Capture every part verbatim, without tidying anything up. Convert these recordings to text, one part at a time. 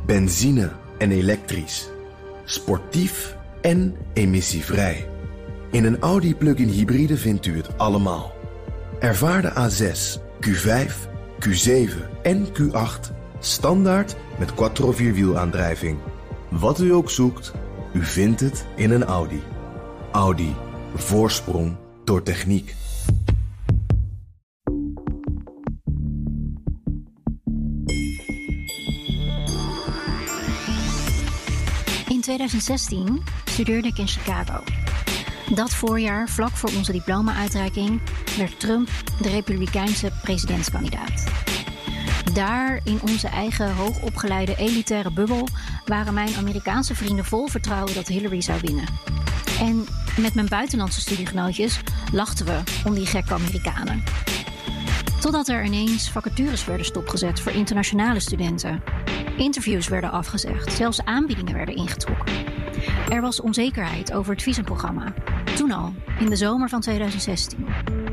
Benzine en elektrisch. Sportief en emissievrij. In een Audi plug-in hybride vindt u het allemaal. Ervaar de A zes, Q vijf, Q zeven en Q acht standaard met quattro vierwielaandrijving. Wat u ook zoekt, u vindt het in een Audi. Audi. Voorsprong door techniek. In twintig zestien studeerde ik in Chicago. Dat voorjaar, vlak voor onze diploma-uitreiking, werd Trump de Republikeinse presidentskandidaat. Daar, in onze eigen hoogopgeleide elitaire bubbel, waren mijn Amerikaanse vrienden vol vertrouwen dat Hillary zou winnen. En met mijn buitenlandse studiegenootjes lachten we om die gekke Amerikanen. Totdat er ineens vacatures werden stopgezet voor internationale studenten. Interviews werden afgezegd, zelfs aanbiedingen werden ingetrokken. Er was onzekerheid over het visumprogramma. Toen al, in de zomer van twintig zestien.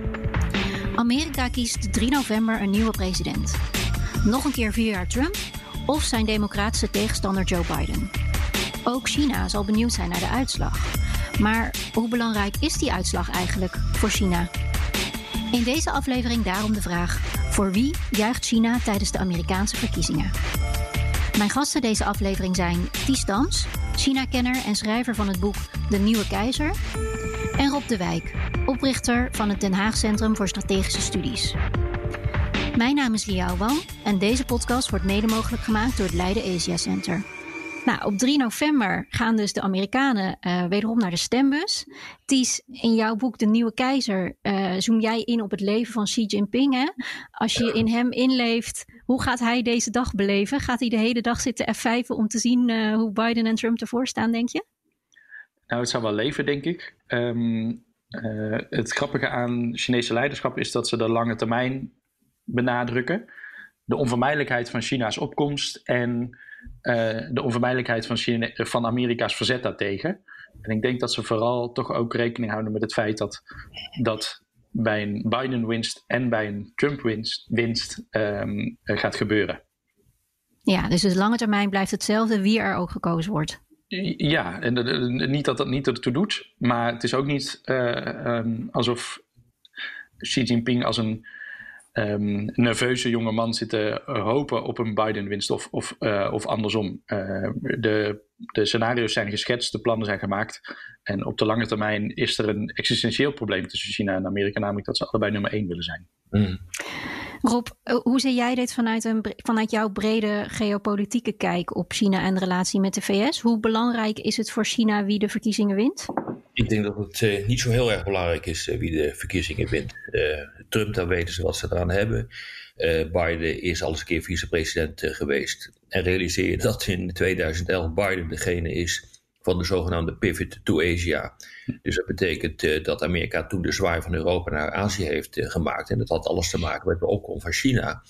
Amerika kiest drie november een nieuwe president. Nog een keer vier jaar Trump of zijn democratische tegenstander Joe Biden. Ook China zal benieuwd zijn naar de uitslag. Maar hoe belangrijk is die uitslag eigenlijk voor China? In deze aflevering daarom de vraag: voor wie juicht China tijdens de Amerikaanse verkiezingen? Mijn gasten deze aflevering zijn Ties Dams, China-kenner en schrijver van het boek De Nieuwe Keizer, en Rob de Wijk, oprichter van het Den Haag Centrum voor Strategische Studies. Mijn naam is Liao Wang en deze podcast wordt mede mogelijk gemaakt door het Leiden Asia Center. Nou, op drie november gaan dus de Amerikanen uh, wederom naar de stembus. Ties, in jouw boek De Nieuwe Keizer uh, zoom jij in op het leven van Xi Jinping. Hè? Als je in hem inleeft, hoe gaat hij deze dag beleven? Gaat hij de hele dag zitten F vijven om te zien uh, hoe Biden en Trump ervoor staan, denk je? Nou, het zou wel leven, denk ik. Um, uh, het grappige aan Chinese leiderschap is dat ze de lange termijn benadrukken. De onvermijdelijkheid van China's opkomst en uh, de onvermijdelijkheid van, China, van Amerika's verzet daartegen. En ik denk dat ze vooral toch ook rekening houden met het feit dat, dat bij een Biden-winst en bij een Trump-winst winst, um, gaat gebeuren. Ja, dus de lange termijn blijft hetzelfde wie er ook gekozen wordt. Ja, en de, de, niet dat dat niet ertoe doet, maar het is ook niet uh, um, alsof Xi Jinping als een um, nerveuze jonge man zit te hopen op een Biden-winst of, of, uh, of andersom. Uh, de, de scenario's zijn geschetst, de plannen zijn gemaakt en op de lange termijn is er een existentieel probleem tussen China en Amerika, namelijk dat ze allebei nummer één willen zijn. Mm. Rob, hoe zie jij dit vanuit, een, vanuit jouw brede geopolitieke kijk op China en de relatie met de V S? Hoe belangrijk is het voor China wie de verkiezingen wint? Ik denk dat het uh, niet zo heel erg belangrijk is uh, wie de verkiezingen wint. Uh, Trump, daar weten ze wat ze eraan hebben. Uh, Biden is al eens een keer vicepresident uh, geweest. En realiseer je dat in tweeduizend elf Biden degene is van de zogenaamde pivot to Asia. Dus dat betekent uh, dat Amerika toen de zwaai van Europa naar Azië heeft uh, gemaakt. En dat had alles te maken met de opkomst van China.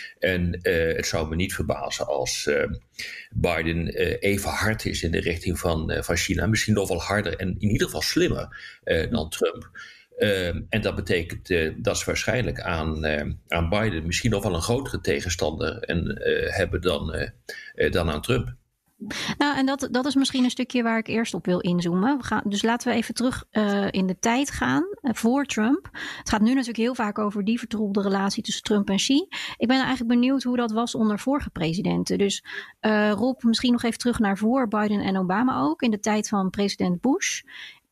En uh, het zou me niet verbazen als uh, Biden uh, even hard is in de richting van, uh, van China. Misschien nog wel harder en in ieder geval slimmer uh, dan Trump. Uh, en dat betekent uh, dat ze waarschijnlijk aan, uh, aan Biden misschien nog wel een grotere tegenstander en, uh, hebben dan, uh, uh, dan aan Trump. Nou, en dat, dat is misschien een stukje waar ik eerst op wil inzoomen. We gaan, dus laten we even terug uh, in de tijd gaan uh, voor Trump. Het gaat nu natuurlijk heel vaak over die vertroebelde relatie tussen Trump en Xi. Ik ben eigenlijk benieuwd hoe dat was onder vorige presidenten. Dus uh, Rob, misschien nog even terug naar voor Biden en Obama ook. In de tijd van president Bush.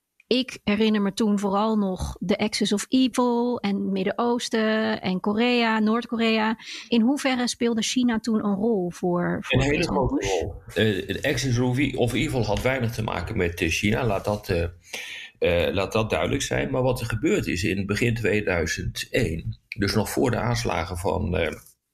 Ik herinner me toen vooral nog de Axis of Evil en het Midden-Oosten en Korea, Noord-Korea. In hoeverre speelde China toen een rol voor, voor een hele grote rol. Uh, de Axis of Evil had weinig te maken met China, laat dat, uh, uh, laat dat duidelijk zijn. Maar wat er gebeurd is in begin tweeduizend één, dus nog voor de aanslagen van... Uh,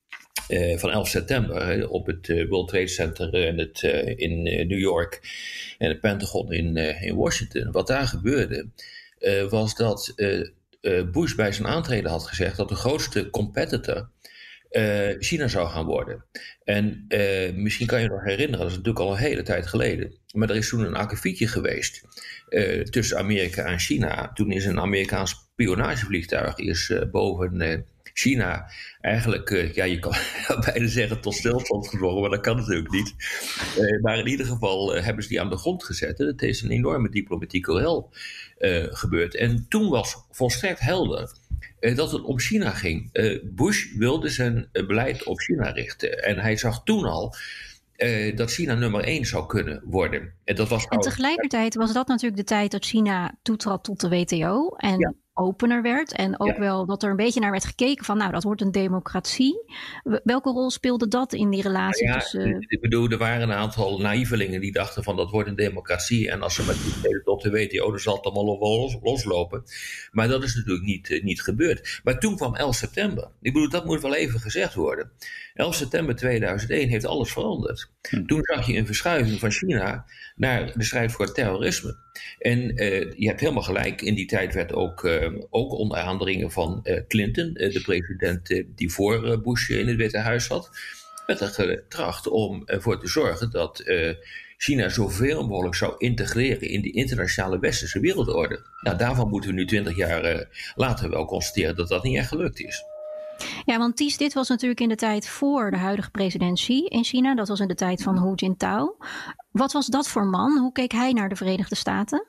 Uh, van elf september uh, op het uh, World Trade Center uh, het, uh, in uh, New York en het Pentagon in, uh, in Washington. Wat daar gebeurde uh, was dat uh, uh, Bush bij zijn aantreden had gezegd dat de grootste competitor uh, China zou gaan worden. En uh, misschien kan je je nog herinneren, dat is natuurlijk al een hele tijd geleden, maar er is toen een akkefietje geweest uh, tussen Amerika en China. Toen is een Amerikaans spionagevliegtuig is, uh, boven uh, China eigenlijk, uh, ja, je kan bijna zeggen tot stilstand gedwongen, maar dat kan natuurlijk niet. Uh, maar in ieder geval uh, hebben ze die aan de grond gezet. Het is een enorme diplomatieke rel uh, gebeurd. En toen was volstrekt helder uh, dat het om China ging. Uh, Bush wilde zijn uh, beleid op China richten. En hij zag toen al Uh, dat China nummer één zou kunnen worden. En, dat was en tegelijkertijd was dat natuurlijk de tijd dat China toetrad tot de W T O en ja. opener werd. En ook ja. wel dat er een beetje naar werd gekeken van, nou, dat wordt een democratie. Welke rol speelde dat in die relatie? Nou ja, tussen... Ik bedoel, er waren een aantal naïvelingen die dachten van, dat wordt een democratie. En als ze met toetreden tot de W T O, dan zal het allemaal los, loslopen. Maar dat is natuurlijk niet, uh, niet gebeurd. Maar toen kwam elf september. Ik bedoel, dat moet wel even gezegd worden. elf september tweeduizend één heeft alles veranderd. Hm. Toen zag je een verschuiving van China naar de strijd voor het terrorisme. En uh, je hebt helemaal gelijk, in die tijd werd ook, uh, ook onder aandringen van uh, Clinton, uh, de president uh, die voor uh, Bush in het Witte Huis zat, werd er getracht om ervoor te zorgen dat uh, China zoveel mogelijk zou integreren in die internationale westerse wereldorde. Nou, daarvan moeten we nu twintig jaar uh, later wel constateren dat dat niet echt gelukt is. Ja, want Ties, dit was natuurlijk in de tijd voor de huidige president Xi in China. Dat was in de tijd van Hu Jintao. Wat was dat voor man? Hoe keek hij naar de Verenigde Staten?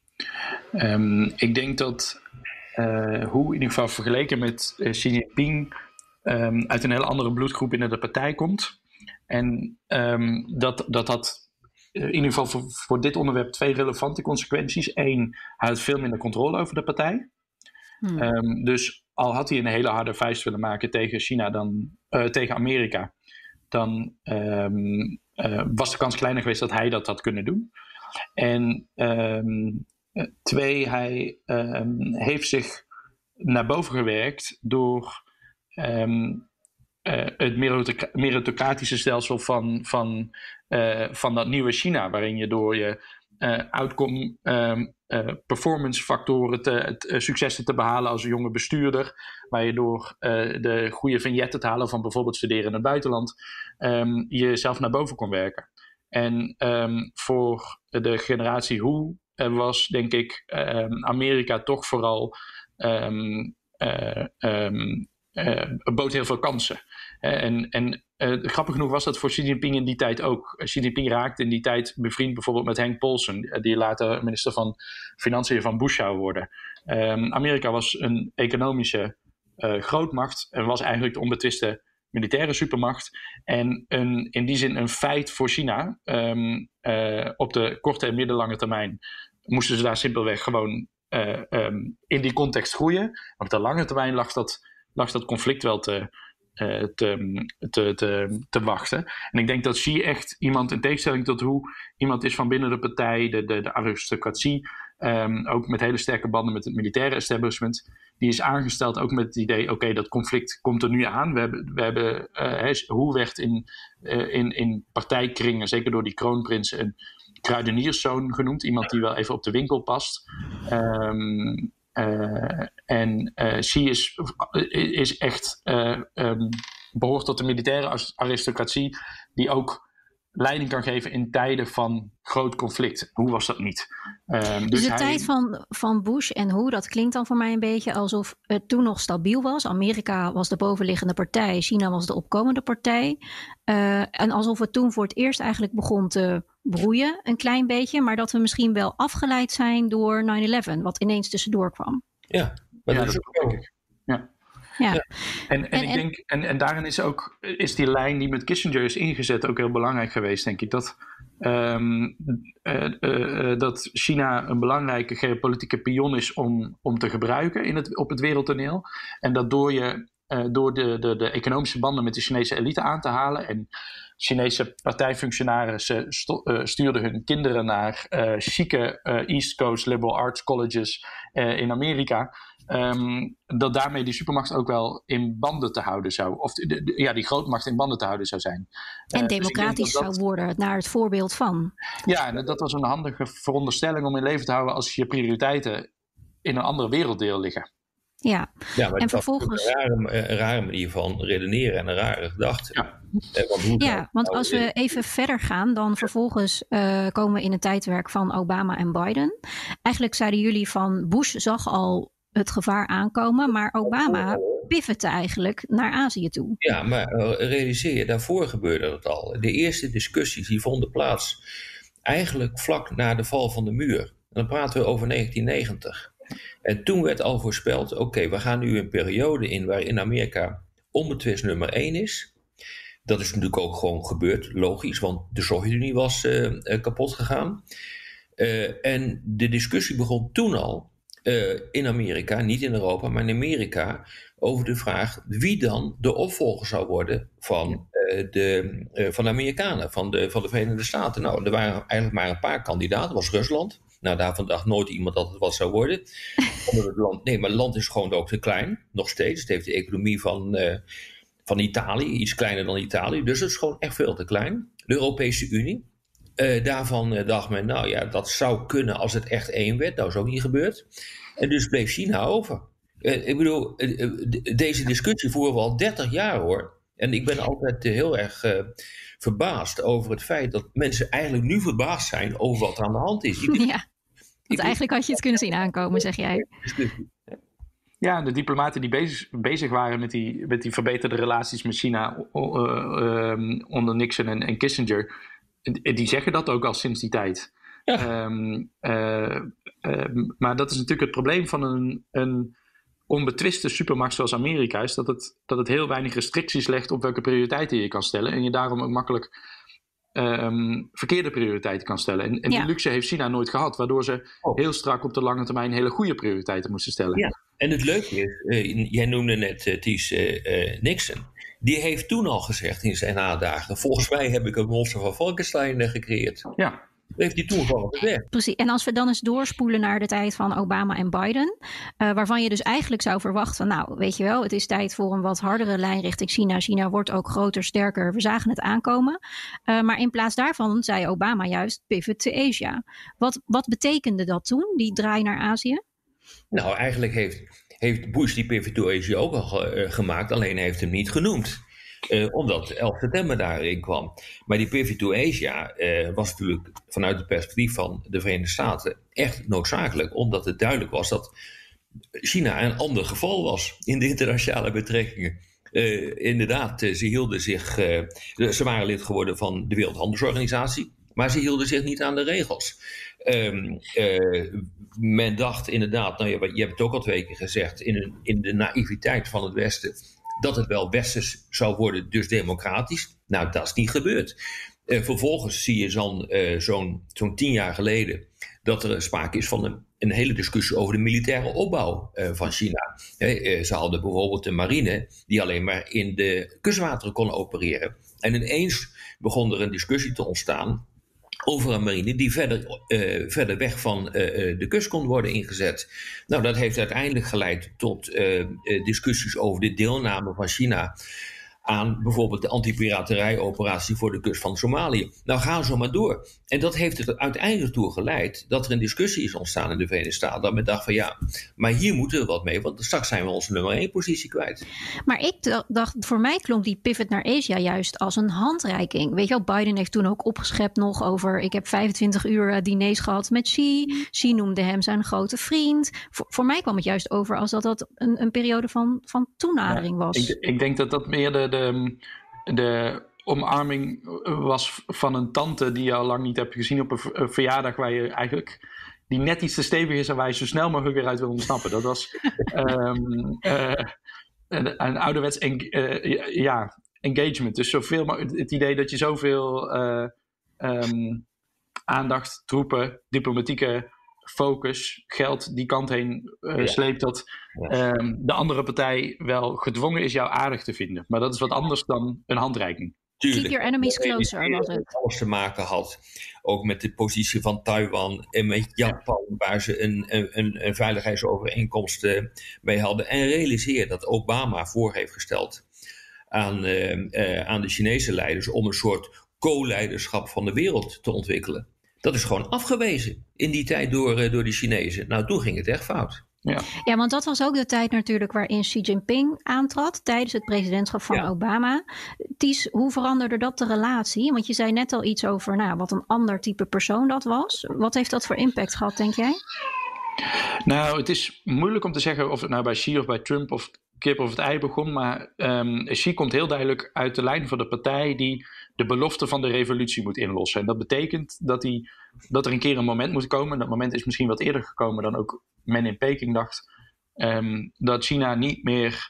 Um, ik denk dat uh, Hu in ieder geval vergeleken met uh, Xi Jinping um, uit een hele andere bloedgroep binnen de partij komt. En um, dat dat had uh, in ieder geval voor, voor dit onderwerp twee relevante consequenties. Eén, hij had veel minder controle over de partij. Hmm. Um, dus al had hij een hele harde vuist willen maken tegen China, dan, uh, tegen Amerika, dan um, uh, was de kans kleiner geweest dat hij dat had kunnen doen. En um, twee, hij um, heeft zich naar boven gewerkt door um, uh, het meritocratische stelsel van, van, uh, van dat nieuwe China, waarin je door je uh, outcome um, Uh, performance factoren te, te, uh, successen te behalen als een jonge bestuurder, waar je door uh, de goede vignetten te halen van bijvoorbeeld studeren in het buitenland um, jezelf naar boven kon werken. En um, voor de generatie Hu uh, was denk ik um, Amerika toch vooral um, uh, um, uh, bood heel veel kansen. Uh, en en uh, grappig genoeg was dat voor Xi Jinping in die tijd ook. Xi Jinping raakte in die tijd bevriend bijvoorbeeld met Hank Paulson, die later minister van Financiën van Bush zou worden. Um, Amerika was een economische uh, grootmacht en was eigenlijk de onbetwiste militaire supermacht. En een, in die zin een feit voor China. Um, uh, op de korte en middellange termijn moesten ze daar simpelweg gewoon uh, um, in die context groeien. Maar op de lange termijn lag dat, lag dat conflict wel te... Uh, te, te, te, te wachten. En ik denk dat Xi echt iemand, in tegenstelling tot hoe iemand is van binnen de partij, de, de, de aristocratie, um, ook met hele sterke banden met het militaire establishment, die is aangesteld ook met het idee, oké, okay, dat conflict komt er nu aan. We hebben, we hebben uh, hoe werd in, uh, in, in partijkringen, zeker door die kroonprins, een kruidenierszoon genoemd, iemand die wel even op de winkel past. Um, Uh, en uh, Xi is, is echt uh, um, behoort tot de militaire aristocratie die ook leiding kan geven in tijden van groot conflict. Hoe was dat niet? Um, dus, dus de hij... tijd van, van Bush en Hu, dat klinkt dan voor mij een beetje alsof het toen nog stabiel was. Amerika was de bovenliggende partij, China was de opkomende partij. Uh, en alsof het toen voor het eerst eigenlijk begon te broeien, een klein beetje. Maar dat we misschien wel afgeleid zijn door nine eleven, wat ineens tussendoor kwam. Ja, maar ja dat is ook denk ik. Ja. Ja. Ja. En, en, en ik denk, en, en daarin is ook is die lijn die met Kissinger is ingezet ook heel belangrijk geweest, denk ik. Dat, um, uh, uh, dat China een belangrijke geopolitieke pion is om, om te gebruiken in het, op het wereldtoneel. En dat door, je, uh, door de, de, de economische banden met de Chinese elite aan te halen. En Chinese partijfunctionarissen sto, uh, stuurden hun kinderen naar uh, chique uh, East Coast liberal arts colleges uh, in Amerika. Um, dat daarmee die supermacht ook wel in banden te houden zou. Of de, de, ja, die grootmacht in banden te houden zou zijn. En uh, democratisch dus dat dat, zou worden, naar het voorbeeld van. Ja, en dat was een handige veronderstelling om in leven te houden als je prioriteiten in een andere werelddeel liggen. Ja, ja maar en vervolgens... Een rare, een rare manier van redeneren en een rare gedachte. Ja, eh, want, hoe ja, want als we even verder gaan, dan vervolgens uh, komen we in het tijdwerk van Obama en Biden. Eigenlijk zeiden jullie van Bush zag al het gevaar aankomen. Maar Obama pivotte eigenlijk naar Azië toe. Ja, maar realiseer je, daarvoor gebeurde dat al. De eerste discussies die vonden plaats eigenlijk vlak na de val van de muur. En dan praten we over negentien negentig. En toen werd al voorspeld, oké, okay, we gaan nu een periode in waarin Amerika onbetwist nummer één is. Dat is natuurlijk ook gewoon gebeurd, logisch, want de Sovjet-Unie was uh, uh, kapot gegaan. Uh, en de discussie begon toen al uh, in Amerika, niet in Europa, maar in Amerika, over de vraag wie dan de opvolger zou worden van, uh, de, uh, van de Amerikanen, van de, van de Verenigde Staten. Nou, er waren eigenlijk maar een paar kandidaten, dat was Rusland. Nou, daarvan dacht nooit iemand dat het wat zou worden. Het land, nee, maar het land is gewoon ook te klein, nog steeds. Het heeft de economie van, uh, van Italië, iets kleiner dan Italië. Dus het is gewoon echt veel te klein. De Europese Unie. Uh, daarvan uh, dacht men, nou ja, dat zou kunnen als het echt één werd. Nou, is ook niet gebeurd. En dus bleef China over. Uh, ik bedoel, uh, uh, deze discussie voeren we al dertig jaar, hoor. En ik ben altijd uh, heel erg uh, verbaasd over het feit dat mensen eigenlijk nu verbaasd zijn over wat er aan de hand is. Ik, ja, want eigenlijk had je het kunnen zien aankomen, zeg jij. Ja, de diplomaten die bezig, bezig waren met die, met die verbeterde relaties met China uh, uh, onder Nixon en, en Kissinger, die zeggen dat ook al sinds die tijd. Ja. Um, uh, uh, maar dat is natuurlijk het probleem van een, een onbetwiste supermacht zoals Amerika, is dat het, dat het heel weinig restricties legt op welke prioriteiten je kan stellen. En je daarom ook makkelijk um, verkeerde prioriteiten kan stellen. En, en ja. die luxe heeft China nooit gehad, waardoor ze oh. heel strak op de lange termijn hele goede prioriteiten moesten stellen. Ja. En het leuke is, uh, jij noemde net uh, Ties uh, uh, Nixon. Die heeft toen al gezegd in zijn nadagen, volgens mij heb ik een monster van Frankenstein uh, gecreëerd. Ja. Dat heeft hij toen gewoon gezegd. Precies. En als we dan eens doorspoelen naar de tijd van Obama en Biden, uh, waarvan je dus eigenlijk zou verwachten van, nou, weet je wel, het is tijd voor een wat hardere lijn richting China. China wordt ook groter, sterker. We zagen het aankomen. Uh, maar in plaats daarvan zei Obama juist pivot to Asia. Wat, wat betekende dat toen, die draai naar Azië? Nou, eigenlijk heeft, heeft Bush die pivot to Asia ook al uh, gemaakt, alleen hij heeft hem niet genoemd. Uh, omdat elf september daarin kwam. Maar die pivot to Asia uh, was natuurlijk vanuit het perspectief van de Verenigde Staten echt noodzakelijk. Omdat het duidelijk was dat China een ander geval was in de internationale betrekkingen. Uh, inderdaad, uh, ze hielden zich, uh, ze waren lid geworden van de Wereldhandelsorganisatie. Maar ze hielden zich niet aan de regels. Um, uh, men dacht inderdaad, nou, je, je hebt het ook al twee keer gezegd, in, een, in de naïviteit van het Westen, dat het wel westers zou worden, dus democratisch. Nou, dat is niet gebeurd. Uh, vervolgens zie je dan uh, zo'n, zo'n tien jaar geleden dat er sprake is van een, een hele discussie over de militaire opbouw uh, van China. Uh, uh, ze hadden bijvoorbeeld een marine die alleen maar in de kustwateren kon opereren. En ineens begon er een discussie te ontstaan over een marine die verder, uh, verder weg van uh, de kust kon worden ingezet. Nou, dat heeft uiteindelijk geleid tot uh, uh, discussies over de deelname van China aan bijvoorbeeld de anti-piraterij-operatie voor de kust van Somalië. Nou, gaan zo maar door. En dat heeft er uiteindelijk toe geleid dat er een discussie is ontstaan in de Verenigde Staten. Dat men dacht van ja, maar hier moeten we wat mee, want straks zijn we onze nummer één positie kwijt. Maar ik dacht, voor mij klonk die pivot naar Asia juist als een handreiking. Weet je wel, Biden heeft toen ook opgeschept nog over, ik heb vijfentwintig uur diners gehad met Xi. Xi noemde hem zijn grote vriend. Voor, voor mij kwam het juist over als dat dat een, een periode van, van toenadering was. Ja, ik, ik denk dat dat meer de, de, de omarming was van een tante die je al lang niet hebt gezien op een verjaardag waar je eigenlijk die net iets te stevig is en waar je zo snel mogelijk weer uit wil ontsnappen. Dat was um, uh, een, een ouderwets en, uh, ja, engagement. Dus zoveel, het idee dat je zoveel uh, um, aandacht, troepen, diplomatieke focus, geld die kant heen uh, ja. sleept, dat ja. um, de andere partij wel gedwongen is jou aardig te vinden. Maar dat is wat anders dan een handreiking. Tuurlijk. Keep your enemies closer, was het. Alles te maken had, ook met de positie van Taiwan en met Japan, waar ze een, een, een veiligheidsovereenkomst uh, mee hadden. En realiseer dat Obama voor heeft gesteld aan, uh, uh, aan de Chinese leiders om een soort co-leiderschap van de wereld te ontwikkelen. Dat is gewoon afgewezen in die tijd door, uh, door de Chinezen. Nou, toen ging het echt fout. Ja. ja, want dat was ook de tijd natuurlijk waarin Xi Jinping aantrad tijdens het presidentschap van ja. Obama. Ties, hoe veranderde dat de relatie? Want je zei net al iets over nou, wat een ander type persoon dat was. Wat heeft dat voor impact gehad, denk jij? Nou, het is moeilijk om te zeggen of het nou bij Xi of bij Trump of kip of het ei begon. Maar um, Xi komt heel duidelijk uit de lijn van de partij die de belofte van de revolutie moet inlossen. En dat betekent dat, die, dat er een keer een moment moet komen. En dat moment is misschien wat eerder gekomen dan ook men in Peking dacht. Um, dat China niet meer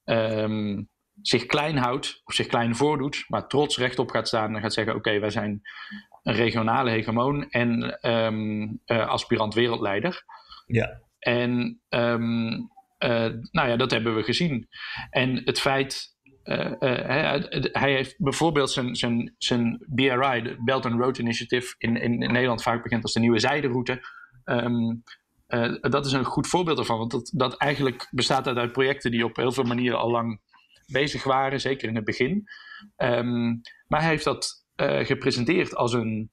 um, zich klein houdt of zich klein voordoet. Maar trots rechtop gaat staan en gaat zeggen: oké, okay, wij zijn een regionale hegemoon en um, uh, aspirant wereldleider. Ja. En um, uh, nou ja, dat hebben we gezien. En het feit, uh, uh, hij, hij heeft bijvoorbeeld zijn, zijn, zijn B R I, de Belt and Road Initiative, in, in, in Nederland vaak bekend als de nieuwe zijderoute. Um, uh, dat is een goed voorbeeld ervan, want dat, dat eigenlijk bestaat uit, uit projecten die op heel veel manieren al lang bezig waren, zeker in het begin. Um, maar hij heeft dat uh, gepresenteerd als een,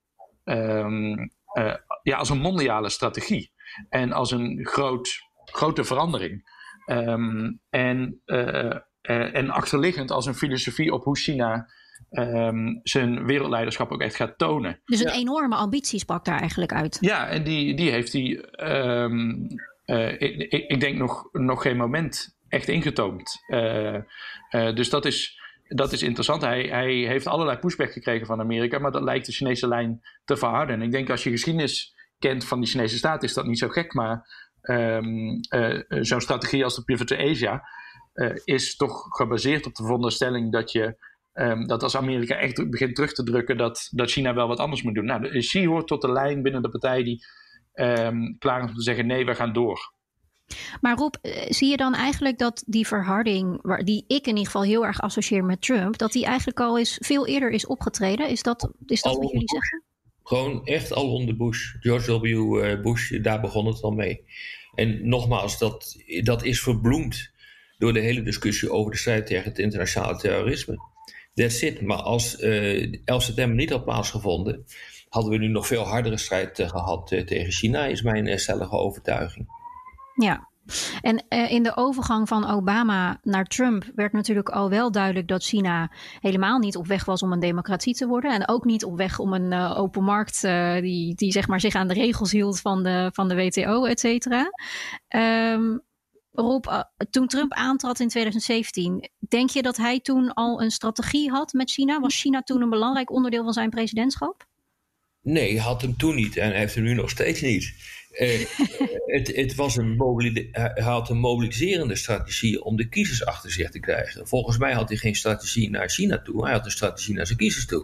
um, uh, ja, als een mondiale strategie. En als een groot, grote verandering. Um, en, uh, uh, en achterliggend als een filosofie op hoe China um, zijn wereldleiderschap ook echt gaat tonen. Dus een ja. enorme ambitie sprak daar eigenlijk uit. Ja, en die, die heeft hij, um, uh, ik, ik denk, nog, nog geen moment echt ingetoomd. Uh, uh, dus dat is... Dat is interessant. Hij, hij heeft allerlei pushback gekregen van Amerika, maar dat lijkt de Chinese lijn te verharden. En ik denk als je geschiedenis kent van die Chinese staat, is dat niet zo gek. Maar um, uh, zo'n strategie als de Pivot to Asia uh, is toch gebaseerd op de veronderstelling dat je um, dat als Amerika echt begint terug te drukken, dat, dat China wel wat anders moet doen. Nou, de, Xi hoort tot de lijn binnen de partij die um, klaar is om te zeggen: nee, we gaan door. Maar Rob, zie je dan eigenlijk dat die verharding, die ik in ieder geval heel erg associeer met Trump, dat die eigenlijk al eens veel eerder is opgetreden? Is dat, is dat wat jullie zeggen? Gewoon echt al onder Bush. George W. Bush, daar begon het al mee. En nogmaals, dat, dat is verbloemd door de hele discussie over de strijd tegen het internationale terrorisme. That's it. Maar als uh, elf september niet had plaatsgevonden, hadden we nu nog veel hardere strijd uh, gehad uh, tegen China, is mijn uh, stellige overtuiging. Ja, en uh, in de overgang van Obama naar Trump werd natuurlijk al wel duidelijk dat China helemaal niet op weg was om een democratie te worden. En ook niet op weg om een uh, open markt uh, die, die zeg maar zich aan de regels hield van de, van de W T O, et cetera. Um, Rob, uh, toen Trump aantrad in twintig zeventien, denk je dat hij toen al een strategie had met China? Was China toen een belangrijk onderdeel van zijn presidentschap? Nee, hij had hem toen niet en hij heeft hem nu nog steeds niet. Uh, het, het was een mobili- hij had een mobiliserende strategie om de kiezers achter zich te krijgen. Volgens mij had hij geen strategie naar China toe, hij had een strategie naar zijn kiezers toe.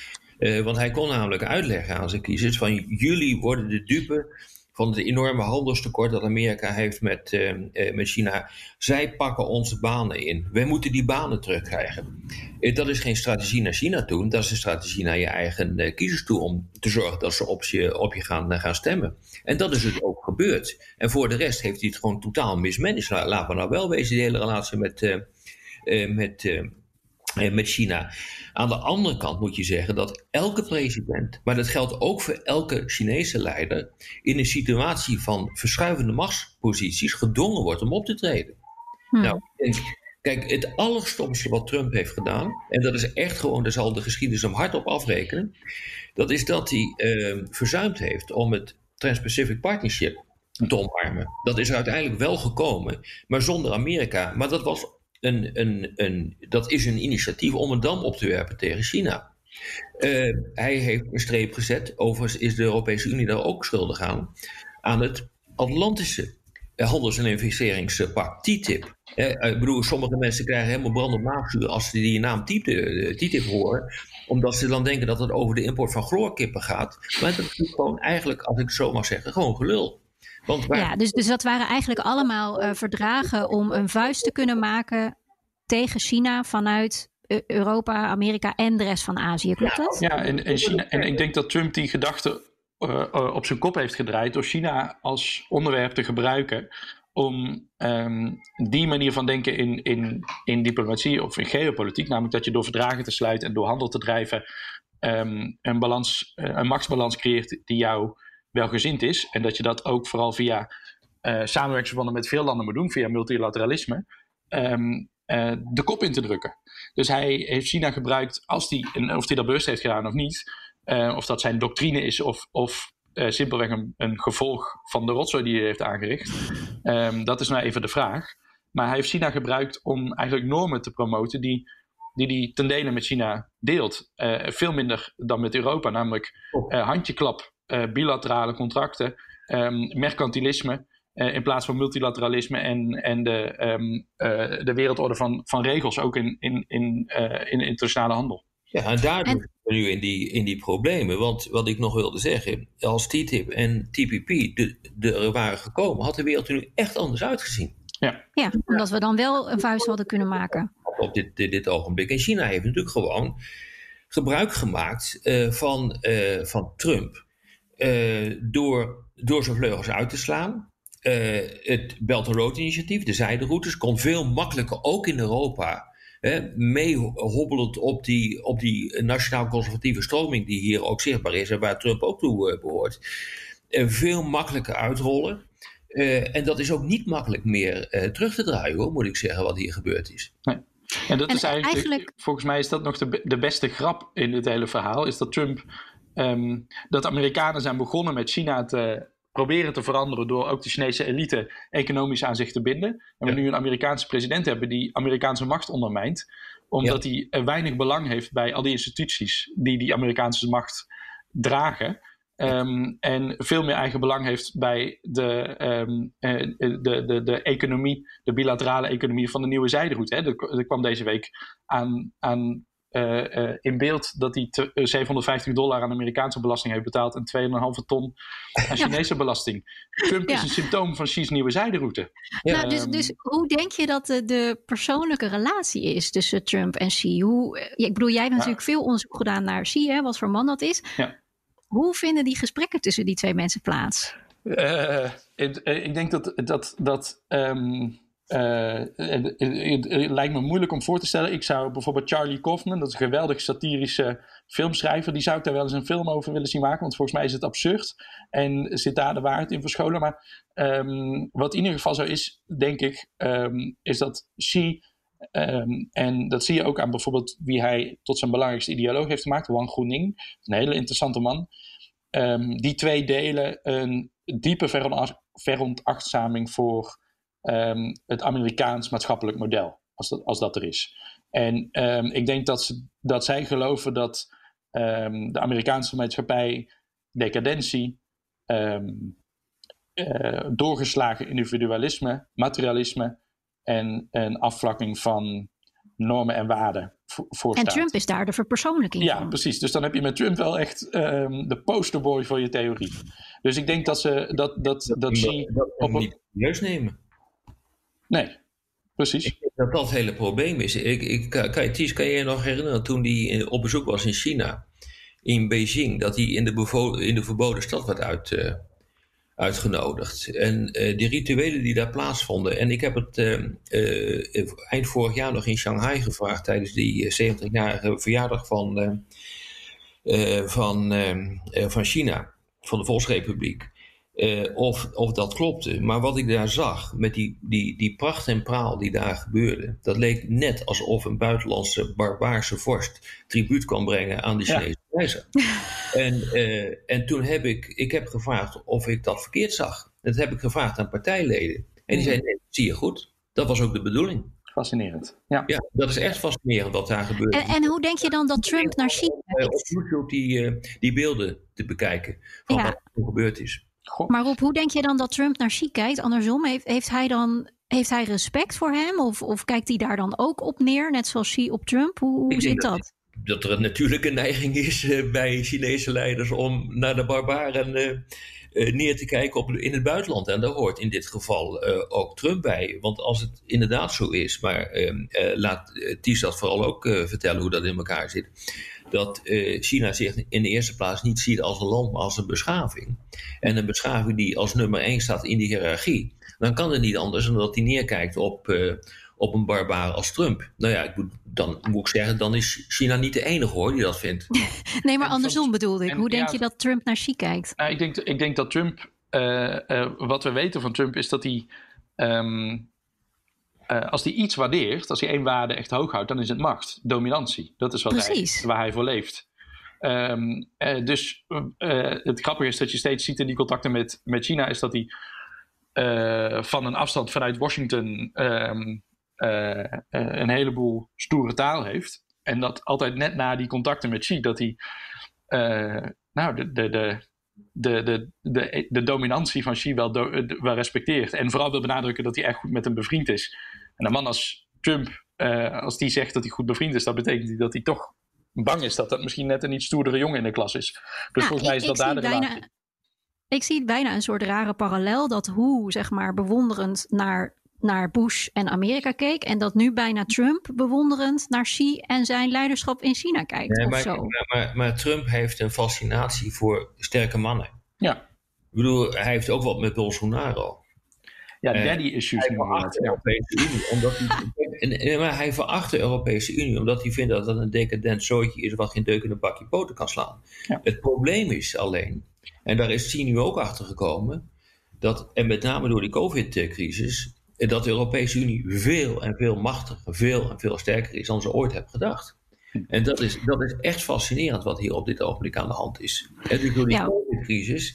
Uh, want hij kon namelijk uitleggen aan zijn kiezers van: jullie worden de dupe van het enorme handelstekort dat Amerika heeft met, uh, uh, met China. Zij pakken onze banen in. Wij moeten die banen terugkrijgen. Uh, dat is geen strategie naar China toe. Dat is een strategie naar je eigen uh, kiezers toe om te zorgen dat ze op je, op je gaan, uh, gaan stemmen. En dat is het ook gebeurd. En voor de rest heeft hij het gewoon totaal mismanaged. Laten we nou wel wezen, die hele relatie met, uh, uh, met, uh, uh, met China. Aan de andere kant moet je zeggen dat elke president, maar dat geldt ook voor elke Chinese leider, in een situatie van verschuivende machtsposities gedwongen wordt om op te treden. Hmm. Nou, kijk, het allerstomste wat Trump heeft gedaan, en dat is echt gewoon, daar zal de geschiedenis hem hard op afrekenen, dat is dat hij uh, verzuimd heeft om het Trans-Pacific Partnership te omarmen. Dat is er uiteindelijk wel gekomen, maar zonder Amerika. Maar dat was Een, een, een, dat is een initiatief om een dam op te werpen tegen China. Uh, hij heeft een streep gezet, overigens is de Europese Unie daar ook schuldig aan, aan het Atlantische handels- en investeringspact, T T I P. Uh, ik bedoel, sommige mensen krijgen helemaal brandend maagzuur als ze die naam T T I P horen, omdat ze dan denken dat het over de import van chloorkippen gaat. Maar dat is gewoon eigenlijk, als ik het zo mag zeggen, gewoon gelul. Want waar... Ja, dus, dus dat waren eigenlijk allemaal uh, verdragen om een vuist te kunnen maken tegen China vanuit Europa, Amerika en de rest van Azië. Klopt dat? Ja, en, en, China, en ik denk dat Trump die gedachte uh, uh, op zijn kop heeft gedraaid door China als onderwerp te gebruiken om um, die manier van denken in, in, in diplomatie of in geopolitiek, namelijk dat je door verdragen te sluiten en door handel te drijven um, een, balans, uh, een machtsbalans creëert die jou welgezind is. En dat je dat ook vooral via uh, samenwerkingsverbanden met veel landen moet doen, via multilateralisme, um, uh, de kop in te drukken. Dus hij heeft China gebruikt, als die, en of hij dat bewust heeft gedaan of niet, uh, of dat zijn doctrine is of, of uh, simpelweg een, een gevolg van de rotzooi die hij heeft aangericht? Um, dat is nou even de vraag. Maar hij heeft China gebruikt om eigenlijk normen te promoten die die hij ten dele met China deelt. Uh, veel minder dan met Europa, namelijk uh, handjeklap, uh, bilaterale contracten, um, mercantilisme, uh, in plaats van multilateralisme en, en de, um, uh, de wereldorde van, van regels, ook in, in, in, uh, in internationale handel. Ja, en daar zijn we nu in die, in die problemen. Want wat ik nog wilde zeggen, als T T I P en T P P de, de er waren gekomen, had de wereld er nu echt anders uitgezien. Ja. ja, omdat we dan wel een vuist hadden kunnen maken. Op dit, dit, dit ogenblik. En China heeft natuurlijk gewoon gebruik gemaakt uh, van, uh, van Trump. Uh, door, door zijn vleugels uit te slaan. Uh, het Belt and Road initiatief, de zijderoutes, kon veel makkelijker ook in Europa uh, mee hobbelend op die, op die nationaal-conservatieve stroming die hier ook zichtbaar is en waar Trump ook toe uh, behoort. Uh, veel makkelijker uitrollen. Uh, en dat is ook niet makkelijk meer uh, terug te draaien, hoor, moet ik zeggen, wat hier gebeurd is. Nee. En dat en is eigenlijk, eigenlijk, volgens mij is dat nog de, de beste grap in dit hele verhaal, is dat Trump, um, dat de Amerikanen zijn begonnen met China te proberen te veranderen door ook de Chinese elite economisch aan zich te binden. En we ja. nu een Amerikaanse president hebben die Amerikaanse macht ondermijnt, omdat ja. hij weinig belang heeft bij al die instituties die die Amerikaanse macht dragen. Um, en veel meer eigen belang heeft bij de, um, de, de, de economie, de bilaterale economie van de nieuwe zijderoute. Hè. Er, er kwam deze week aan, aan, uh, uh, in beeld dat hij te, uh, zevenhonderdvijftig dollar aan Amerikaanse belasting heeft betaald en twee komma vijf ton aan Chinese ja. belasting. Trump ja. is een symptoom van Xi's nieuwe zijderoute. Ja. Nou, dus, dus hoe denk je dat de, de persoonlijke relatie is tussen Trump en Xi? Hoe, ik bedoel, jij hebt ja. natuurlijk veel onderzoek gedaan naar Xi, hè, wat voor man dat is. Ja. Hoe vinden die gesprekken tussen die twee mensen plaats? Uh, ik, ik denk dat dat, dat um, uh, het, het, het lijkt me moeilijk om voor te stellen. Ik zou bijvoorbeeld Charlie Kaufman, dat is een geweldig satirische filmschrijver, die zou ik daar wel eens een film over willen zien maken, want volgens mij is het absurd en zit daar de waarheid in verscholen. Maar um, wat in ieder geval zo is, denk ik, um, is dat Xi, um, en dat zie je ook aan bijvoorbeeld wie hij tot zijn belangrijkste ideoloog heeft gemaakt, Wang Guoning, een hele interessante man. Um, die twee delen een diepe veronach- veronachtzaming voor um, het Amerikaans maatschappelijk model, als dat, als dat er is. En um, ik denk dat, ze, dat zij geloven dat um, de Amerikaanse maatschappij decadentie, um, uh, doorgeslagen individualisme, materialisme en een afvlakking van normen en waarden voor En Trump is daar de verpersoonlijking ja, van. precies. Dus dan heb je met Trump wel echt um, de posterboy voor je theorie. Dus ik denk dat ze dat dat dat, dat Xi dat op niet serieus nemen. Nee, precies. Ik denk dat dat het hele probleem is. Ik, ik, kan, Ties, kan je je nog herinneren toen hij op bezoek was in China, in Beijing, dat hij in de, bevo- in de verboden stad werd uit, uh, uitgenodigd. En uh, die rituelen die daar plaatsvonden. En ik heb het uh, uh, eind vorig jaar nog in Shanghai gevraagd tijdens die zeventigjarige verjaardag van, uh, uh, van, uh, uh, van China, van de Volksrepubliek. Uh, of, of dat klopte. Maar wat ik daar zag, met die, die, die pracht en praal die daar gebeurde, dat leek net alsof een buitenlandse barbaarse vorst tribuut kwam brengen aan de Chinese keizer. Ja. En, uh, en toen heb ik, ik heb gevraagd of ik dat verkeerd zag. Dat heb ik gevraagd aan partijleden. En die zeiden, nee, zie je goed. Dat was ook de bedoeling. Fascinerend. Ja, ja dat is echt fascinerend wat daar gebeurt. En, en hoe denk je dan dat Trump naar China uh, op YouTube die, uh, die beelden te bekijken van ja. wat er gebeurd is. Goh. Maar Rob, hoe denk je dan dat Trump naar Xi kijkt? Andersom, heeft, heeft hij dan heeft hij respect voor hem? Of, of kijkt hij daar dan ook op neer, net zoals Xi op Trump? Hoe, hoe zit dat? Dat, dat er een natuurlijke neiging is uh, bij Chinese leiders om naar de barbaren uh, uh, neer te kijken op, in het buitenland. En daar hoort in dit geval uh, ook Trump bij. Want als het inderdaad zo is, maar uh, uh, laat uh, Ties dat vooral ook uh, vertellen hoe dat in elkaar zit. Dat uh, China zich in de eerste plaats niet ziet als een land, maar als een beschaving. En een beschaving die als nummer één staat in die hiërarchie. Dan kan het niet anders dan dat hij neerkijkt op, uh, op een barbaar als Trump. Nou ja, ik moet, dan moet ik zeggen, dan is China niet de enige hoor die dat vindt. Nee, maar andersom van, bedoelde ik. En, Hoe denk ja, je dat Trump naar Xi kijkt? Nou, ik, denk, ik denk dat Trump, uh, uh, wat we weten van Trump is dat hij, um, uh, als hij iets waardeert, als hij één waarde echt hoog houdt, dan is het macht, dominantie. Dat is wat hij, waar hij voor leeft. Um, uh, dus uh, het grappige is dat je steeds ziet in die contacten met, met China, is dat hij uh, van een afstand vanuit Washington um, uh, uh, een heleboel stoere taal heeft. En dat altijd net na die contacten met Xi, dat hij uh, nou, de, de, de, de, de, de, de dominantie van Xi wel, do, wel respecteert. En vooral wil benadrukken dat hij echt goed met hem bevriend is. En een man als Trump, uh, als die zegt dat hij goed bevriend is, dat betekent dat hij toch bang is dat dat misschien net een iets stoerdere jongen in de klas is. Dus nou, volgens mij is ik, dat ik daar de bijna, relatie. Ik zie bijna een soort rare parallel dat hoe, zeg maar, bewonderend naar, naar Bush en Amerika keek en dat nu bijna Trump bewonderend naar Xi en zijn leiderschap in China kijkt. Nee, of maar, zo. maar, maar, maar Trump heeft een fascinatie voor sterke mannen. Ja, Ik bedoel, hij heeft ook wat met Bolsonaro. ja Eh, daddy issues. Hij veracht de Europese Unie. Omdat hij, en, en, maar hij veracht de Europese Unie omdat hij vindt dat dat een decadent zootje is wat geen deuk in een bakje poten kan slaan. Ja. Het probleem is alleen, en daar is Xi nu ook achter gekomen, dat, en met name door die COVID-crisis, dat de Europese Unie veel en veel machtiger, veel en veel sterker is dan ze ooit hebben gedacht. En dat is, dat is echt fascinerend wat hier op dit ogenblik aan de hand is. En dus door die Ja. COVID-crisis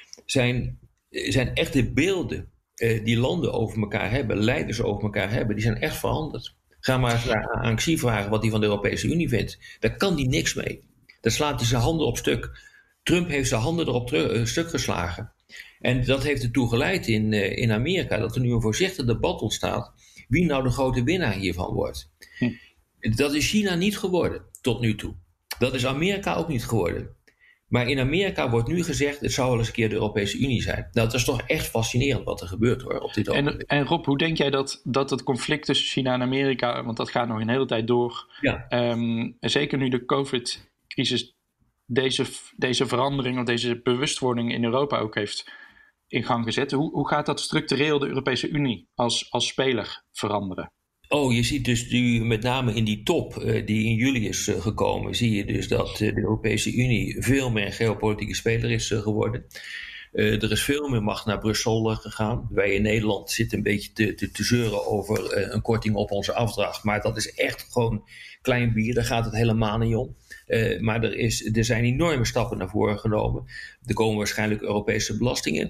zijn, zijn echt de beelden uh, die landen over elkaar hebben, leiders over elkaar hebben, die zijn echt veranderd. Ga maar eens aan, aan Xi vragen wat hij van de Europese Unie vindt. Daar kan hij niks mee. Daar slaat hij zijn handen op stuk. Trump heeft zijn handen erop terug, uh, stuk geslagen. En dat heeft ertoe geleid in, uh, in Amerika dat er nu een voorzichtig debat ontstaat wie nou de grote winnaar hiervan wordt. Hm. Dat is China niet geworden tot nu toe. Dat is Amerika ook niet geworden. Maar in Amerika wordt nu gezegd, het zou wel eens een keer de Europese Unie zijn. Nou, dat is toch echt fascinerend wat er gebeurt hoor, op dit ogenblik. En, en Rob, hoe denk jij dat, dat het conflict tussen China en Amerika, want dat gaat nog een hele tijd door, ja. um, zeker nu de COVID-crisis deze, deze verandering of deze bewustwording in Europa ook heeft in gang gezet. Hoe, hoe gaat dat structureel de Europese Unie als, als speler veranderen? Oh, je ziet dus nu met name in die top uh, die in juli is uh, gekomen, zie je dus dat uh, de Europese Unie veel meer een geopolitieke speler is uh, geworden. Uh, er is veel meer macht naar Brussel uh, gegaan. Wij in Nederland zitten een beetje te, te, te zeuren over uh, een korting op onze afdracht. Maar dat is echt gewoon klein bier, daar gaat het helemaal niet om. Uh, maar er, is, er zijn enorme stappen naar voren genomen. Er komen waarschijnlijk Europese belastingen.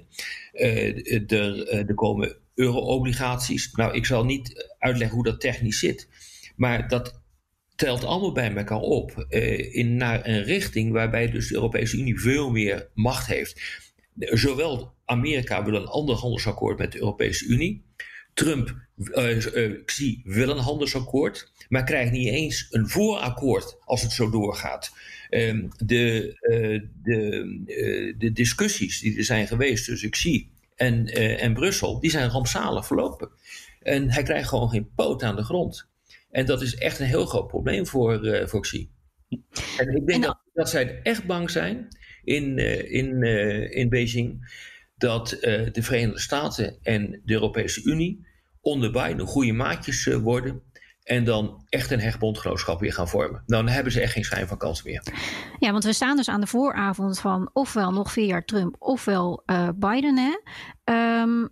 Uh, er, uh, er komen euro-obligaties. Nou, ik zal niet uitleggen hoe dat technisch zit. Maar dat telt allemaal bij elkaar op uh, in, naar een richting waarbij dus de Europese Unie veel meer macht heeft. Zowel Amerika wil een ander handelsakkoord met de Europese Unie. Trump, uh, uh, Xi wil een handelsakkoord, maar krijgt niet eens een voorakkoord als het zo doorgaat. Um, de, uh, de, uh, de discussies die er zijn geweest tussen Xi en, uh, en Brussel, die zijn rampzalig verlopen. En hij krijgt gewoon geen poot aan de grond. En dat is echt een heel groot probleem voor, uh, voor Xi. En ik denk en dat, dat zij echt bang zijn in, uh, in, uh, in Beijing dat uh, de Verenigde Staten en de Europese Unie onder Biden goede maatjes uh, worden en dan echt een hecht bondgenootschap weer gaan vormen. Nou, dan hebben ze echt geen schijn van kans meer. Ja, want we staan dus aan de vooravond van ofwel nog vier jaar Trump ofwel uh, Biden. Hè? Um,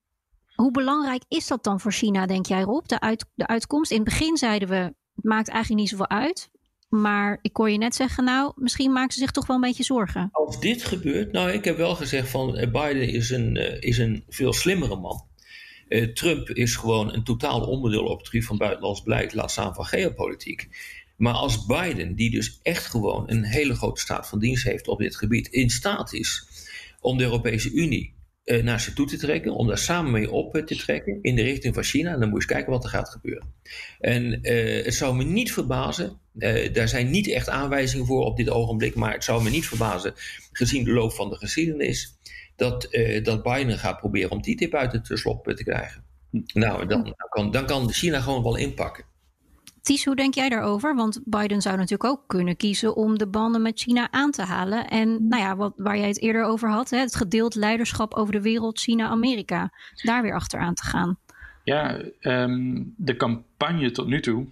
hoe belangrijk is dat dan voor China, denk jij, Rob, de, uit, de uitkomst? In het begin zeiden we, het maakt eigenlijk niet zoveel uit. Maar ik hoor je net zeggen, nou, misschien maken ze zich toch wel een beetje zorgen. Als dit gebeurt, nou, ik heb wel gezegd van Biden is een, uh, is een veel slimmere man. Uh, Trump is gewoon een totaal onderdeel op het gebied van buitenlands beleid, laat staan van geopolitiek. Maar als Biden, die dus echt gewoon een hele grote staat van dienst heeft op dit gebied, in staat is om de Europese Unie uh, naar zich toe te trekken, om daar samen mee op uh, te trekken in de richting van China, dan moet je eens kijken wat er gaat gebeuren. En uh, het zou me niet verbazen, uh, daar zijn niet echt aanwijzingen voor op dit ogenblik, maar het zou me niet verbazen, gezien de loop van de geschiedenis, dat, uh, dat Biden gaat proberen om T T I P uit het slop te krijgen. Nou, dan, dan, kan, dan kan China gewoon wel inpakken. Ties, hoe denk jij daarover? Want Biden zou natuurlijk ook kunnen kiezen om de banden met China aan te halen. En nou ja, wat, waar jij het eerder over had, hè, het gedeeld leiderschap over de wereld China-Amerika, daar weer achteraan te gaan. Ja, um, de campagne tot nu toe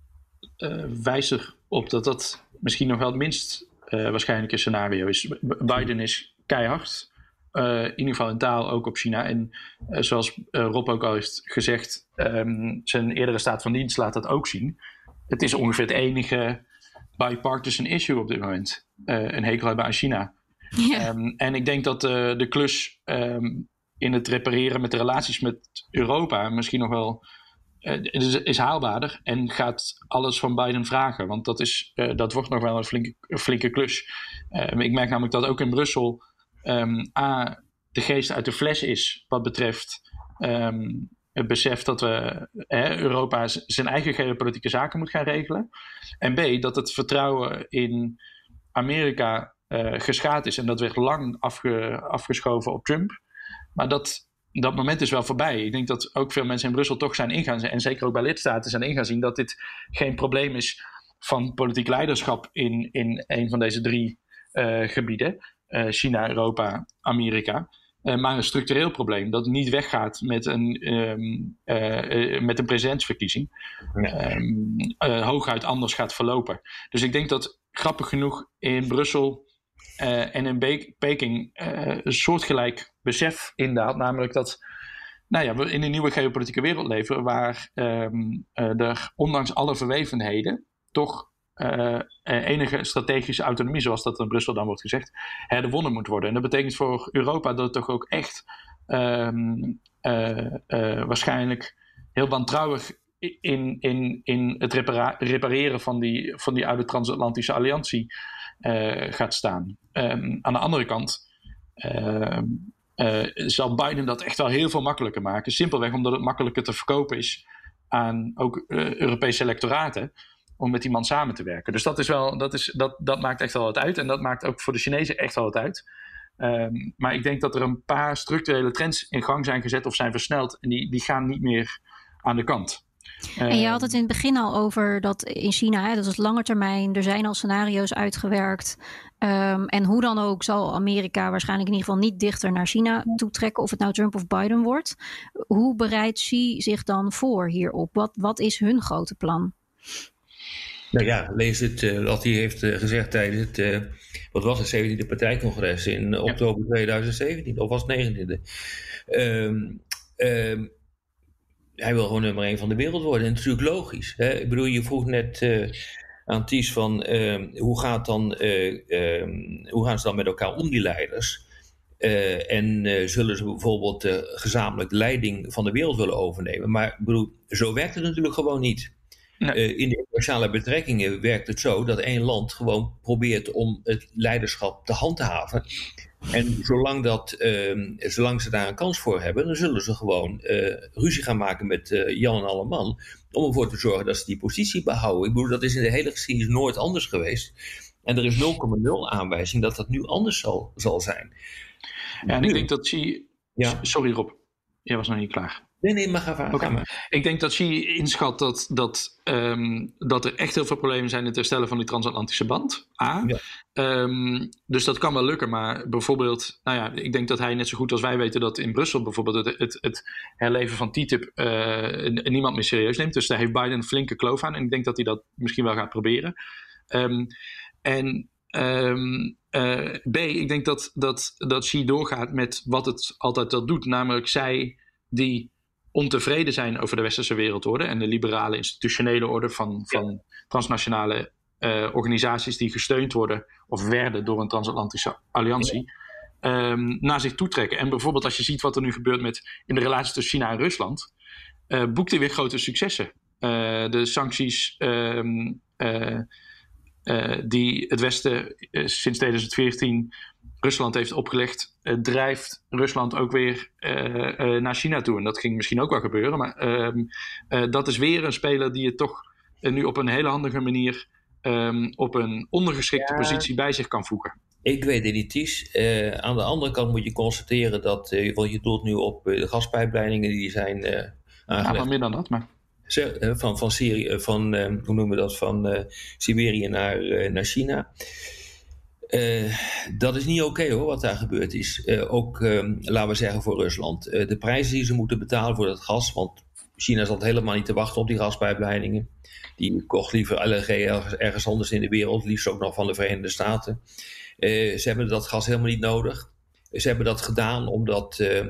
uh, wijst erop dat dat misschien nog wel het minst uh, waarschijnlijke scenario is. B- Biden is keihard. Uh, in ieder geval in taal ook op China. En uh, zoals uh, Rob ook al heeft gezegd, um, zijn eerdere staat van dienst laat dat ook zien. Het is ongeveer het enige bipartisan issue op dit moment. Uh, een hekel hebben aan China. Ja. Um, en ik denk dat uh, de klus um, in het repareren met de relaties met Europa misschien nog wel uh, is, is haalbaarder. En gaat alles van Biden vragen. Want dat, is, uh, dat wordt nog wel een flinke, een flinke klus. Um, ik merk namelijk dat ook in Brussel um, A, de geest uit de fles is wat betreft um, het besef dat we, eh, Europa z- zijn eigen geopolitieke zaken moet gaan regelen. En B, dat het vertrouwen in Amerika uh, geschaad is. En dat werd lang afge, afgeschoven op Trump. Maar dat, dat moment is wel voorbij. Ik denk dat ook veel mensen in Brussel toch zijn ingaan en zeker ook bij lidstaten zijn ingaan zien dat dit geen probleem is van politiek leiderschap in, in een van deze drie uh, gebieden. Uh, China, Europa, Amerika. Uh, maar een structureel probleem dat niet weggaat met een, um, uh, uh, met een presidentsverkiezing. Ja. Um, uh, hooguit anders gaat verlopen. Dus ik denk dat grappig genoeg in Brussel uh, en in Be- Peking uh, een soortgelijk besef indaalt. Namelijk dat nou ja, we in een nieuwe geopolitieke wereld leven waar um, uh, er ondanks alle verwevenheden toch Uh, enige strategische autonomie, zoals dat in Brussel dan wordt gezegd, herwonnen moet worden. En dat betekent voor Europa dat het toch ook echt um, uh, uh, waarschijnlijk heel wantrouwig in, in, in het repara- repareren van die, van die oude transatlantische alliantie uh, gaat staan. Um, aan de andere kant uh, uh, zal Biden dat echt wel heel veel makkelijker maken. Simpelweg omdat het makkelijker te verkopen is aan ook uh, Europese electoraten om met die man samen te werken. Dus dat, is wel, dat, is, dat, dat maakt echt wel wat uit. En dat maakt ook voor de Chinezen echt wel wat uit. Um, maar ik denk dat er een paar structurele trends in gang zijn gezet of zijn versneld. En die, die gaan niet meer aan de kant. En je had het in het begin al over dat in China, hè, dat is lange termijn, er zijn al scenario's uitgewerkt. Um, en hoe dan ook zal Amerika waarschijnlijk in ieder geval niet dichter naar China toetrekken, of het nou Trump of Biden wordt. Hoe bereidt Xi zich dan voor hierop? Wat, wat is hun grote plan? Nou ja, lees het uh, wat hij heeft uh, gezegd tijdens het, uh, wat was het, zeventiende partijcongres in uh, oktober ja. tweeduizend zeventien, of was het negentiende. Um, um, hij wil gewoon nummer één van de wereld worden. En dat is natuurlijk logisch. Hè? Ik bedoel, je vroeg net uh, aan Ties van uh, hoe, gaat dan, uh, um, hoe gaan ze dan met elkaar om, die leiders? Uh, en uh, zullen ze bijvoorbeeld uh, gezamenlijk de leiding van de wereld willen overnemen? Maar ik bedoel, zo werkt het natuurlijk gewoon niet. Nee. Uh, in de internationale betrekkingen werkt het zo dat één land gewoon probeert om het leiderschap te handhaven. En zolang, dat, uh, zolang ze daar een kans voor hebben, dan zullen ze gewoon uh, ruzie gaan maken met uh, Jan en Alleman om ervoor te zorgen dat ze die positie behouden. Ik bedoel, dat is in de hele geschiedenis nooit anders geweest. En er is nul komma nul aanwijzing dat dat nu anders zal, zal zijn. Ja, en nu, ik denk dat Xi... Ja. Sorry Rob, jij was nog niet klaar. Nee, nee, maar ga, ga, okay. ga maar. Ik denk dat Xi inschat dat, dat, um, dat er echt heel veel problemen zijn in het herstellen van die transatlantische band. A. Ja. Um, dus dat kan wel lukken, maar bijvoorbeeld, nou ja, ik denk dat hij net zo goed als wij weten dat in Brussel bijvoorbeeld het, het, het herleven van T T I P uh, niemand meer serieus neemt. Dus daar heeft Biden een flinke kloof aan en ik denk dat hij dat misschien wel gaat proberen. Um, en um, uh, B, ik denk dat, dat, dat Xi doorgaat met wat het altijd al doet, namelijk zij die ontevreden zijn over de westerse wereldorde en de liberale institutionele orde van, van ja. transnationale uh, organisaties die gesteund worden of werden door een transatlantische alliantie, ja. um, naar zich toetrekken. En bijvoorbeeld als je ziet wat er nu gebeurt met in de relatie tussen China en Rusland, uh, boekt hij weer grote successen. Uh, de sancties um, uh, uh, die het Westen uh, sinds tweeduizend veertien Rusland heeft opgelegd, uh, drijft Rusland ook weer uh, uh, naar China toe. En dat ging misschien ook wel gebeuren. Maar uh, uh, dat is weer een speler die het toch uh, nu op een hele handige manier um, op een ondergeschikte ja. positie bij zich kan voegen. Ik weet het niet, Ties. Uh, aan de andere kant moet je constateren dat, uh, want je doelt nu op uh, de gaspijpleidingen die zijn uh, aangelegd. Ja, maar meer dan dat, maar... Van, van, Syrië, van uh, hoe noemen we dat, van uh, Siberië naar, uh, naar China. Uh, dat is niet oké okay, hoor, wat daar gebeurd is. Uh, ook, uh, laten we zeggen, voor Rusland. Uh, de prijzen die ze moeten betalen voor dat gas, want China zat helemaal niet te wachten op die gaspijpleidingen. Die kocht liever L N G ergens, ergens anders in de wereld, liefst ook nog van de Verenigde Staten. Uh, ze hebben dat gas helemaal niet nodig. Ze hebben dat gedaan omdat uh,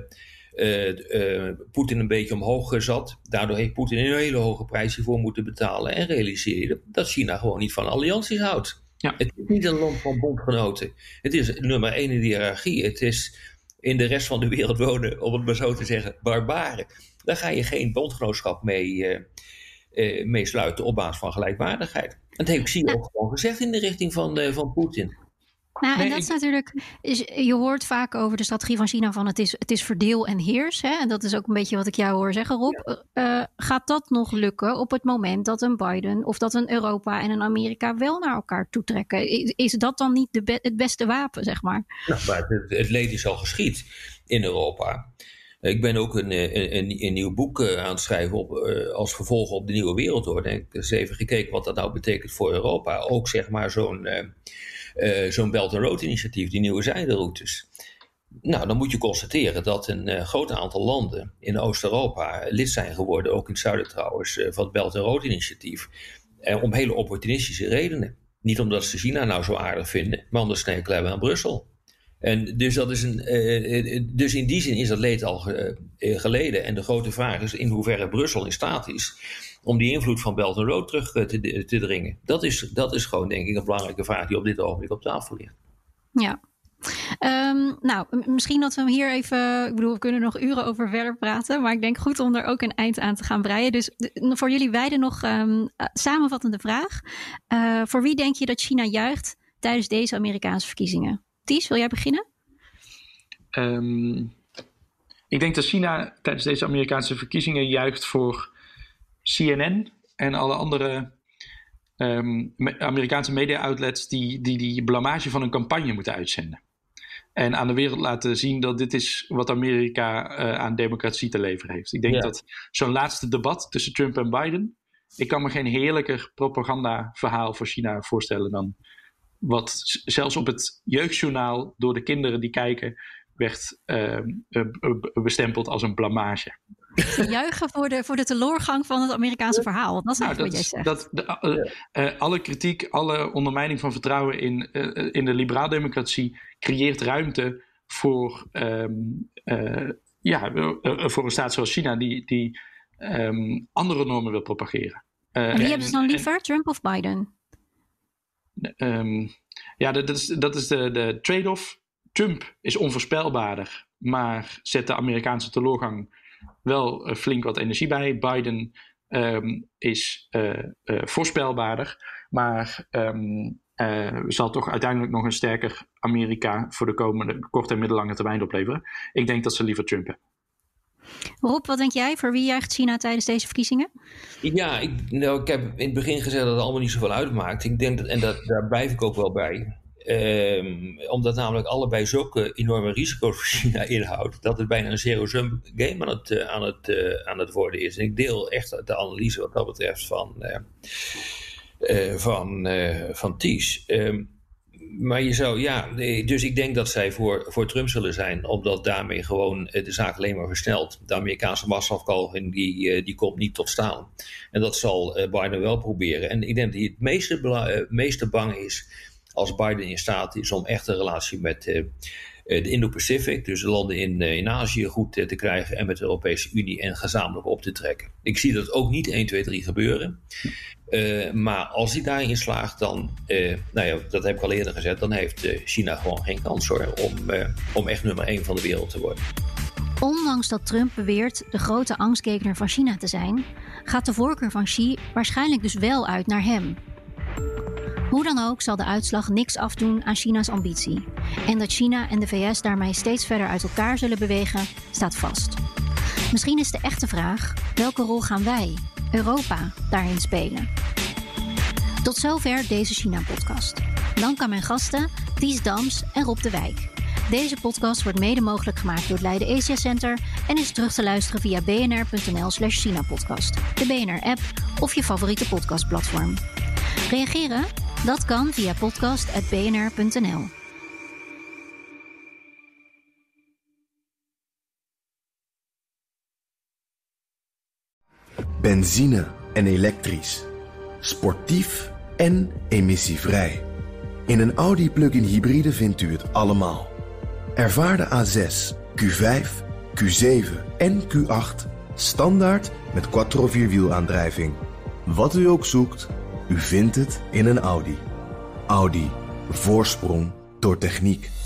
uh, uh, Poetin een beetje omhoog zat. Daardoor heeft Poetin een hele hoge prijs hiervoor moeten betalen. En realiseerde dat China gewoon niet van allianties houdt. Ja. Het is niet een land van bondgenoten. Het is nummer één in de hiërarchie. Het is in de rest van de wereld wonen, om het maar zo te zeggen, barbaren. Daar ga je geen bondgenootschap mee, uh, uh, mee sluiten op basis van gelijkwaardigheid. En dat heeft Xi ook gewoon gezegd in de richting van, uh, van Poetin. Nou, en Nee, dat ik- is natuurlijk, is, je hoort vaak over de strategie van China van het is, het is verdeel en heers. Hè? En dat is ook een beetje wat ik jou hoor zeggen, Rob. Uh, gaat dat nog lukken op het moment dat een Biden of dat een Europa en een Amerika wel naar elkaar toetrekken? Is, is dat dan niet de be- het beste wapen, zeg maar? Nou, maar het, het leed is al geschied in Europa. Ik ben ook een, een, een, een nieuw boek uh, aan het schrijven op, uh, als vervolg op de nieuwe wereldorde. Ik heb eens even gekeken wat dat nou betekent voor Europa. Ook zeg maar zo'n, uh, uh, zo'n Belt and Road initiatief, die nieuwe zijderoutes. Nou, dan moet je constateren dat een uh, groot aantal landen in Oost-Europa lid zijn geworden, ook in het zuiden trouwens, uh, van het Belt and Road initiatief. Uh, om hele opportunistische redenen. Niet omdat ze China nou zo aardig vinden, maar omdat ze denken hebben aan Brussel. En dus, dat is een, uh, dus in die zin is dat leed al uh, geleden. En de grote vraag is in hoeverre Brussel in staat is om die invloed van Belt and Road terug uh, te, te dringen. Dat is, dat is gewoon denk ik een belangrijke vraag die op dit ogenblik op tafel ligt. Ja. Um, nou, m- misschien dat we hem hier even... Ik bedoel, we kunnen nog uren over verder praten. Maar ik denk goed om er ook een eind aan te gaan breien. Dus de, voor jullie beiden nog um, uh, samenvattende vraag. Uh, voor wie denk je dat China juicht tijdens deze Amerikaanse verkiezingen? Ties, wil jij beginnen? Um, ik denk dat China tijdens deze Amerikaanse verkiezingen juicht voor C N N en alle andere um, Amerikaanse media-outlets die, die die blamage van een campagne moeten uitzenden. En aan de wereld laten zien dat dit is wat Amerika uh, aan democratie te leveren heeft. Ik denk Ja. dat zo'n laatste debat tussen Trump en Biden, ik kan me geen heerlijker propagandaverhaal voor China voorstellen dan wat z- zelfs op het jeugdjournaal door de kinderen die kijken werd uh, uh, uh, bestempeld als een blamage. Ze juichen voor de, voor de teloorgang van het Amerikaanse verhaal. Dat is Nou, eigenlijk dat, wat jij is- zegt. dat, de, uh, uh, alle kritiek, alle ondermijning van vertrouwen in, uh, in de liberaal-democratie creëert ruimte voor, um, uh, ja, uh, uh, voor een staat zoals China die, die um, andere normen wil propageren. Uh, En wie en- hebben ze dan en- liever, Trump of Biden? Um, ja, dat is, dat is de, de trade-off. Trump is onvoorspelbaarder, maar zet de Amerikaanse teleurgang wel uh, flink wat energie bij. Biden um, is uh, uh, voorspelbaarder, maar um, uh, zal toch uiteindelijk nog een sterker Amerika voor de komende korte en middellange termijn opleveren. Ik denk dat ze liever Trump hebben. Rob, wat denk jij? Voor wie juicht China tijdens deze verkiezingen? Ja, ik, nou, ik heb in het begin gezegd dat het allemaal niet zoveel uitmaakt. Ik denk dat, en dat, daar blijf ik ook wel bij. Um, omdat namelijk allebei zulke enorme risico's voor China inhoudt, dat het bijna een zero-sum game aan het, uh, aan, het, uh, aan het worden is. En ik deel echt de analyse wat dat betreft van, uh, uh, van, uh, van Ties. Um, maar je zou, ja, nee, dus ik denk dat zij voor, voor Trump zullen zijn, omdat daarmee gewoon uh, de zaak alleen maar versnelt. De Amerikaanse machtsafkalving die, uh, die komt niet tot staan. En dat zal uh, Biden wel proberen. En ik denk dat hij het meeste, bela- uh, meeste bang is als Biden in staat is om echt een relatie met uh, de Indo-Pacific, dus de landen in, uh, in Azië, goed uh, te krijgen en met de Europese Unie en gezamenlijk op te trekken. Ik zie dat ook niet één, twee, drie gebeuren. Uh, maar als hij daarin slaagt, dan, uh, nou ja, dat heb ik al eerder gezegd, dan heeft uh, China gewoon geen kans hoor, om, uh, om echt nummer één van de wereld te worden. Ondanks dat Trump beweert de grote angstgekner van China te zijn, gaat de voorkeur van Xi waarschijnlijk dus wel uit naar hem. Hoe dan ook zal de uitslag niks afdoen aan China's ambitie. En dat China en de V S daarmee steeds verder uit elkaar zullen bewegen, staat vast. Misschien is de echte vraag, welke rol gaan wij, Europa, daarin spelen? Tot zover deze China-podcast. Dank aan mijn gasten, Ties Dams en Rob de Wijk. Deze podcast wordt mede mogelijk gemaakt door het Leiden Asia Center en is terug te luisteren via bnr.nl slash China-podcast, de B N R-app of je favoriete podcastplatform. Reageren? Dat kan via podcast apenstaartje b n r punt n l. Benzine en elektrisch. Sportief en emissievrij. In een Audi plug-in hybride vindt u het allemaal. Ervaar de A zes, Q vijf, Q Q zeven en Q acht standaard met quattro vierwielaandrijving. Wat u ook zoekt, u vindt het in een Audi. Audi. Voorsprong door techniek.